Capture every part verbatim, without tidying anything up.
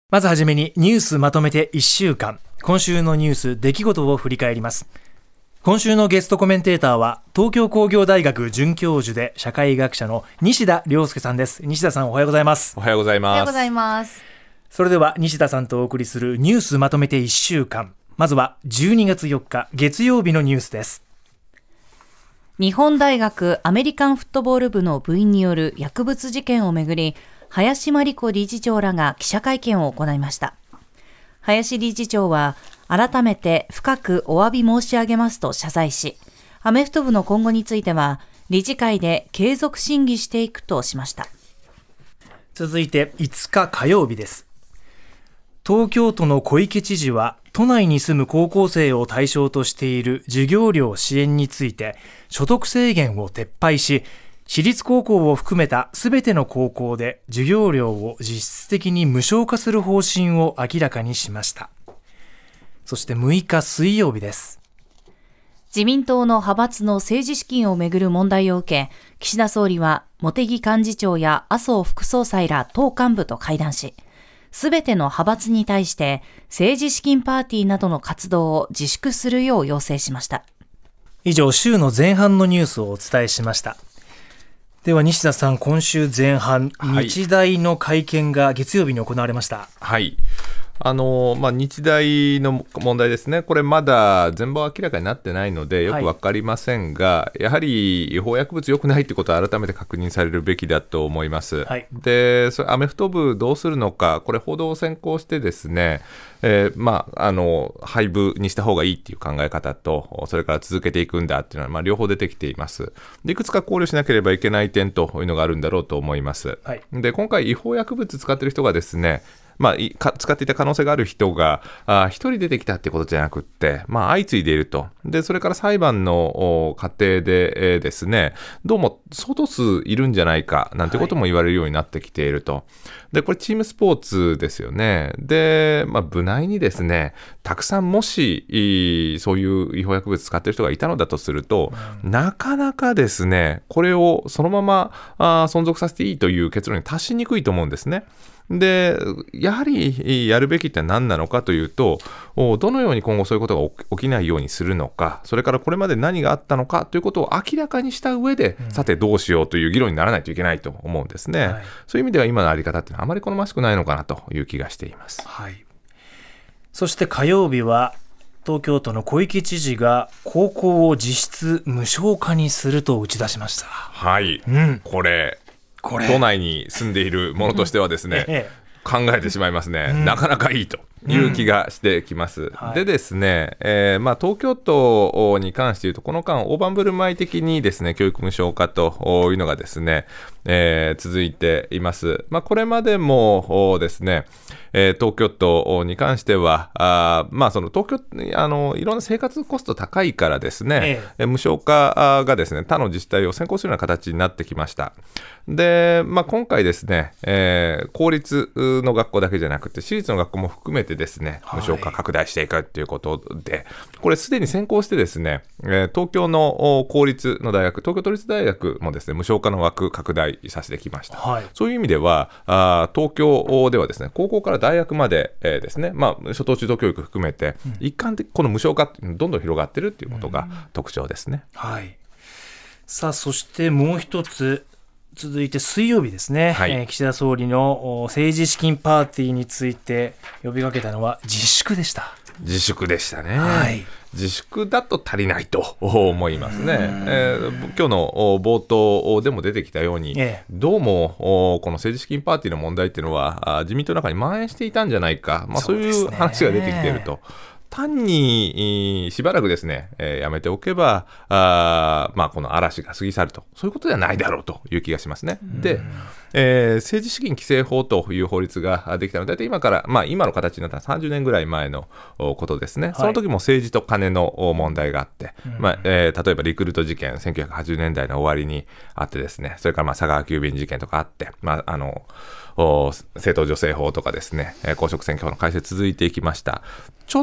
まずはじめにニュースまとめていっしゅうかん、今週のニュース出来事を振り返ります。今週のゲストコメンテーターは東京工業大学准教授で社会学者の西田亮介さんです。西田さん、おはようございます。 おはようございます。 おはようございます。 それでは西田さんとお送りするニュースまとめていっしゅうかん、まずはじゅうにがつよっか月曜日のニュースです。 日本大学アメリカンフットボール部の部員による薬物事件をめぐり、林真理子理事長らが記者会見を行いました。林理事長は改めて深くお詫び申し上げますと謝罪し、アメフト部の今後については理事会で継続審議していくとしました。 続いていつか火曜日です。東京都の小池知事は都内に住む高校生を対象としている授業料支援について所得制限を撤廃し、私立高校を含めたすべての高校で授業料を実質的に無償化する方針を明らかにしました。そしてむいか水曜日です。 自民党の派閥の政治資金をめぐる問題を受け、岸田総理は茂木幹事長や麻生副総裁ら党幹部と会談し、すべての派閥に対して政治資金パーティーなどの活動を自粛するよう要請しました。 以上、週の前半のニュースをお伝えしました。では西田さん、今週前半、はい、日大の会見が月曜日に行われました。 はい、あのまあ、日大の問題ですね。これまだ全貌は明らかになってないのでよく分かりませんが、はい、やはり違法薬物良くないということは改めて確認されるべきだと思います、はい、でそれアメフト部どうするのか、これ報道を先行してですね、えーまあ、あの廃部にした方がいいっていう考え方と、それから続けていくんだっていうのは、まあ、両方出てきています。でいくつか考慮しなければいけない点というのがあるんだろうと思います、はい、で今回違法薬物使っている人がですね、まあ、使っていた可能性がある人があ一人出てきたってことじゃなくって、まあ、相次いでいると。でそれから裁判の過程で、えー、ですね、どうも相当数いるんじゃないかなんてことも言われるようになってきていると、はい、でこれチームスポーツですよね。で、まあ、部内にですねたくさんもしそういう違法薬物使っている人がいたのだとすると、うん、なかなかですねこれをそのままあ存続させていいという結論に達しにくいと思うんですね。でやはりやるべきって何なのかというと、どのように今後そういうことが起きないようにするのか、それからこれまで何があったのかということを明らかにした上で、うん、さてどうしようという議論にならないといけないと思うんですね、はい、そういう意味では今のあり方っていうのはあまり好ましくないのかなという気がしています、 はい、そして火曜日は東京都の小池知事が高校を実質無償化にすると打ち出しました。 はい、うん、これこれ都内に住んでいる者としてはですね、ええ、考えてしまいますね、うん、なかなかいいという気がしてきます、うんはい、でですね、えーまあ、東京都に関して言うとこの間大盤振る舞い的にですね教育無償化というのがですね、えー、続いています、まあ、これまでもですね、えー、東京都に関してはあ、まあ、その東京あのいろんな生活コスト高いからですね、ええ、無償化がですね他の自治体を先行するような形になってきました。で、まあ、今回ですね、えー、公立の学校だけじゃなくて私立の学校も含めてですね無償化拡大していくということで、はい、これすでに先行してですね、えー、東京の公立の大学、東京都立大学もですね無償化の枠拡大させてきました、はい、そういう意味ではあ東京ではですね高校から大学まで、えー、ですね、まあ、初等中等教育含めて、うん、一貫的この無償化っていうのどんどん広がっているということが特徴ですね、 うんはい、さあそしてもう一つ続いて水曜日ですね、はいえー、岸田総理の政治資金パーティーについて呼びかけたのは自粛でした。 自粛でしたね、はい、自粛だと足りないと思いますね、えー、今日の冒頭でも出てきたように、ええ、どうもこの政治資金パーティーの問題っていうのは自民党の中に蔓延していたんじゃないか、まあ、そういう話が出てきていると。単にしばらくですね、えー、やめておけばあ、まあ、この嵐が過ぎ去ると、そういうことではないだろうという気がしますね。で、えー、政治資金規正法という法律ができたので、大体今から、まあ、今の形になったらさんじゅうねんぐらい前のことですね、はい、その時も政治と金の問題があって、まあえー、例えばリクルート事件せんきゅうひゃくはちじゅうねんだいの終わりにあってですね、それからまあ佐川急便事件とかあって、まあ、あの政党助成法とかですね、公職選挙法の改正続いていきました。ちょっとです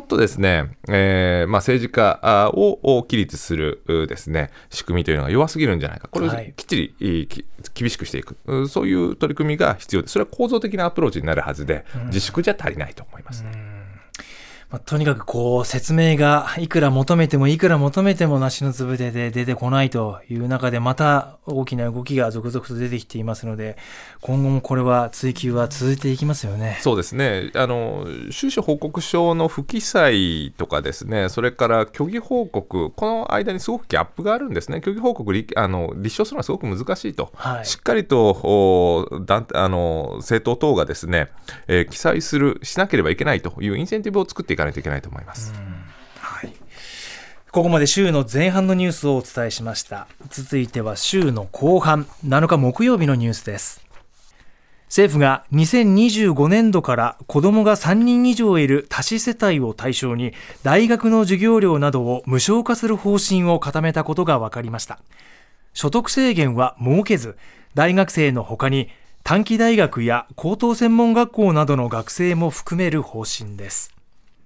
ね、えーまあ、政治家を規律するですね、仕組みというのが弱すぎるんじゃないか、これをきっちりき厳しくしていく、そういう取り組みが必要で、それは構造的なアプローチになるはずで、自粛じゃ足りないと思いますね。 うんまあ、とにかくこう説明がいくら求めてもいくら求めても梨のつぶてで出てこないという中で、また大きな動きが続々と出てきていますので、今後もこれは追及は続いていきますよね。 そうですね、あの収支報告書の不記載とかですね、それから虚偽報告、この間にすごくギャップがあるんですね。虚偽報告あの立証するのはすごく難しいと、はい、しっかりとだあの政党等がですね、えー、記載するしなければいけないというインセンティブを作っていかないといけないと思います。 はい、ここまで週の前半のニュースをお伝えしました。続いては週の後半、なのか木曜日のニュースです。政府がにせんにじゅうごねんどから子どもがさんにん以上いる多子世帯を対象に大学の授業料などを無償化する方針を固めたことが分かりました。所得制限は設けず、大学生の他に短期大学や高等専門学校などの学生も含める方針です。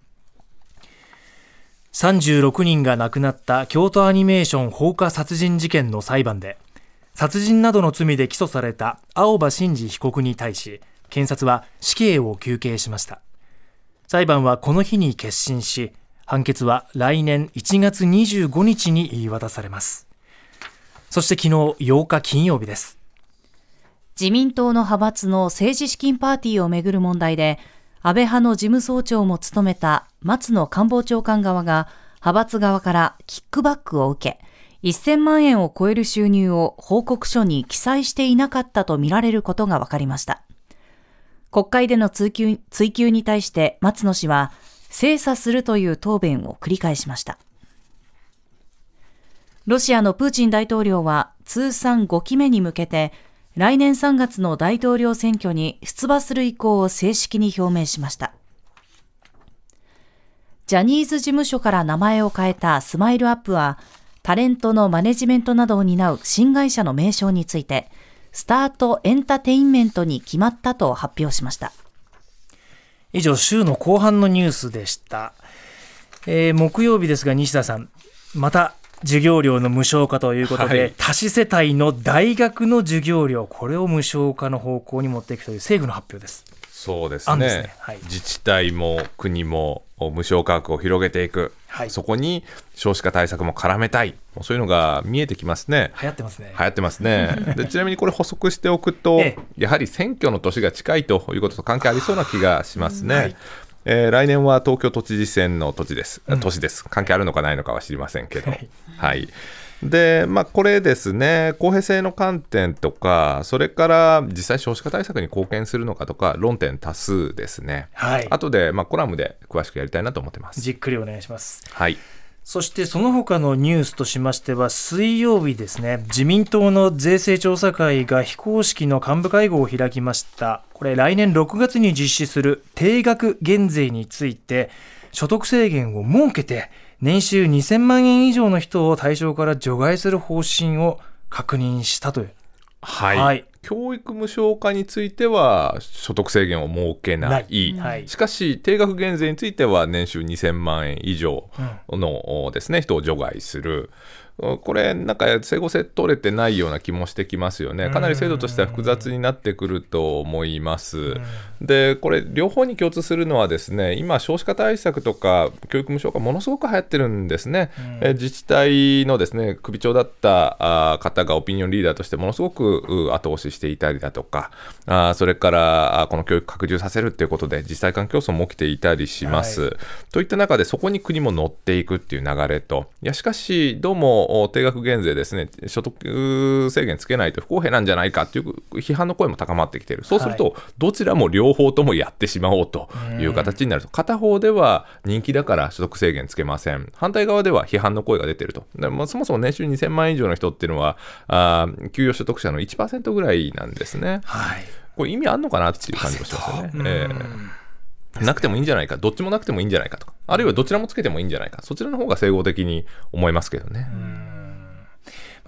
さんじゅうろくにんが亡くなった京都アニメーション放火殺人事件の裁判で、殺人などの罪で起訴された青葉真司被告に対し、検察は死刑を求刑しました。裁判はこの日に結審し、判決は来年いちがつにじゅうごにちに言い渡されます。そして昨日ようか金曜日です。 自民党の派閥の政治資金パーティーをめぐる問題で、安倍派の事務総長も務めた松野官房長官側が派閥側からキックバックを受け、せんまんえんを超える収入を報告書に記載していなかったとみられることが分かりました。国会での追及、追及に対して松野氏は精査するという答弁を繰り返しました。ロシアのプーチン大統領は通算ごきめに向けて来年さんがつの大統領選挙に出馬する意向を正式に表明しました。ジャニーズ事務所から名前を変えたスマイルアップは、タレントのマネジメントなどを担う新会社の名称について、スタートエンタテインメントに決まったと発表しました。 以上、週の後半のニュースでした。えー、木曜日ですが、西田さん、また授業料の無償化ということで、はい、多子世帯の大学の授業料、これを無償化の方向に持っていくという政府の発表です。 そうですね、ですね、はい、自治体も国も無償価格を広げていく、はい、そこに少子化対策も絡めたい、そういうのが見えてきますね。 流行ってますね。 流行ってますね。でちなみにこれ補足しておくと、ええ、やはり選挙の年が近いということと関係ありそうな気がしますね。はい、えー、来年は東京都知事選の年です、うん、年です。関係あるのかないのかは知りませんけど、はい、はい、でまあ、これですね、公平性の観点とか、それから実際少子化対策に貢献するのかとか、論点多数ですね。はい、後で、まあ、コラムで詳しくやりたいなと思ってます。 じっくりお願いします。 はい、 そしてその他のニュースとしましては、水曜日ですね、自民党の税制調査会が非公式の幹部会合を開きました。これ来年ろくがつに実施する定額減税について、所得制限を設けて年収にせんまんえん以上の人を対象から除外する方針を確認したという。 はい、はい、教育無償化については所得制限を設けない、はい、しかし定額減税については年収にせんまんえん以上のですね、人を除外する。これなんか整合性取れてないような気もしてきますよね。かなり制度としては複雑になってくると思います。でこれ両方に共通するのはですね、今少子化対策とか教育無償化ものすごく流行ってるんですね。え自治体のですね首長だった方がオピニオンリーダーとしてものすごく後押ししていたりだとか、あそれからこの教育拡充させるということで自治体間競争も起きていたりします、はい、といった中でそこに国も乗っていくっていう流れと、いやしかしどうも定額減税ですね、所得制限つけないと不公平なんじゃないかという批判の声も高まってきている。そうすると、はい、どちらも両方ともやってしまおうという形になると、片方では人気だから所得制限つけません、反対側では批判の声が出ていると。で、まあ、そもそも年収にせんまんえん以上の人っていうのはあ給与所得者の いちパーセント ぐらいなんですね。はい、これ意味あんのかなっていう感じもしますよね。えー、なくてもいいんじゃないか、どっちもなくてもいいんじゃないかとか、あるいはどちらもつけてもいいんじゃないか、そちらの方が整合的に思いますけどね。うん、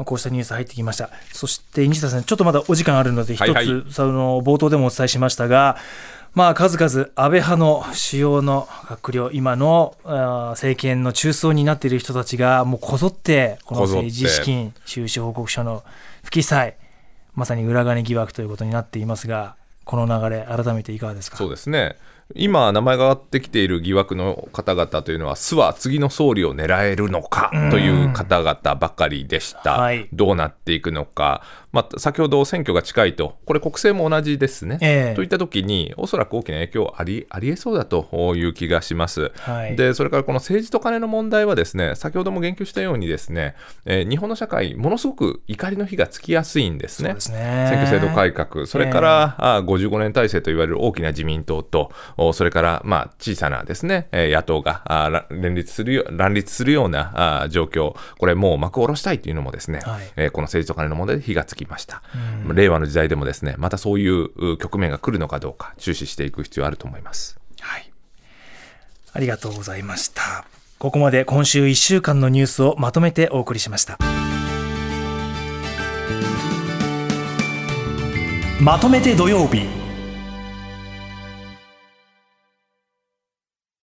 こうしたニュース入ってきました。そして西田さん、ちょっとまだお時間あるので一つ、はいはい、その冒頭でもお伝えしましたが、 まあ、数々安倍派の主要の閣僚、今の政権の中枢になっている人たちがもうこぞってこの政治資金収支報告書の不記載、まさに裏金疑惑ということになっていますが、この流れ改めていかがですか。 そうですね、今名前が上がってきている疑惑の方々というのは、巣は次の総理を狙えるのかという方々ばかりでした、はい、どうなっていくのか、まあ、先ほど選挙が近いと、これ国政も同じですね、えー、といったときにおそらく大きな影響あり、ありえそうだという気がします、はい、でそれからこの政治と金の問題はですね、先ほども言及したようにですね、えー、日本の社会ものすごく怒りの火がつきやすいんですね。 そうですね、 選挙制度改革、それから、えー、あごじゅうごねん体制といわれる大きな自民党と、それからまあ小さなですね野党が連立するよ乱立するような状況、これもう幕を下ろしたいというのもですね、はい、この政治と金の問題で火がつきました。令和の時代でもですね、またそういう局面が来るのかどうか注視していく必要あると思います。 はい、ありがとうございました。ここまで今週いっしゅうかんのニュースをまとめてお送りしました。まとめて土曜日。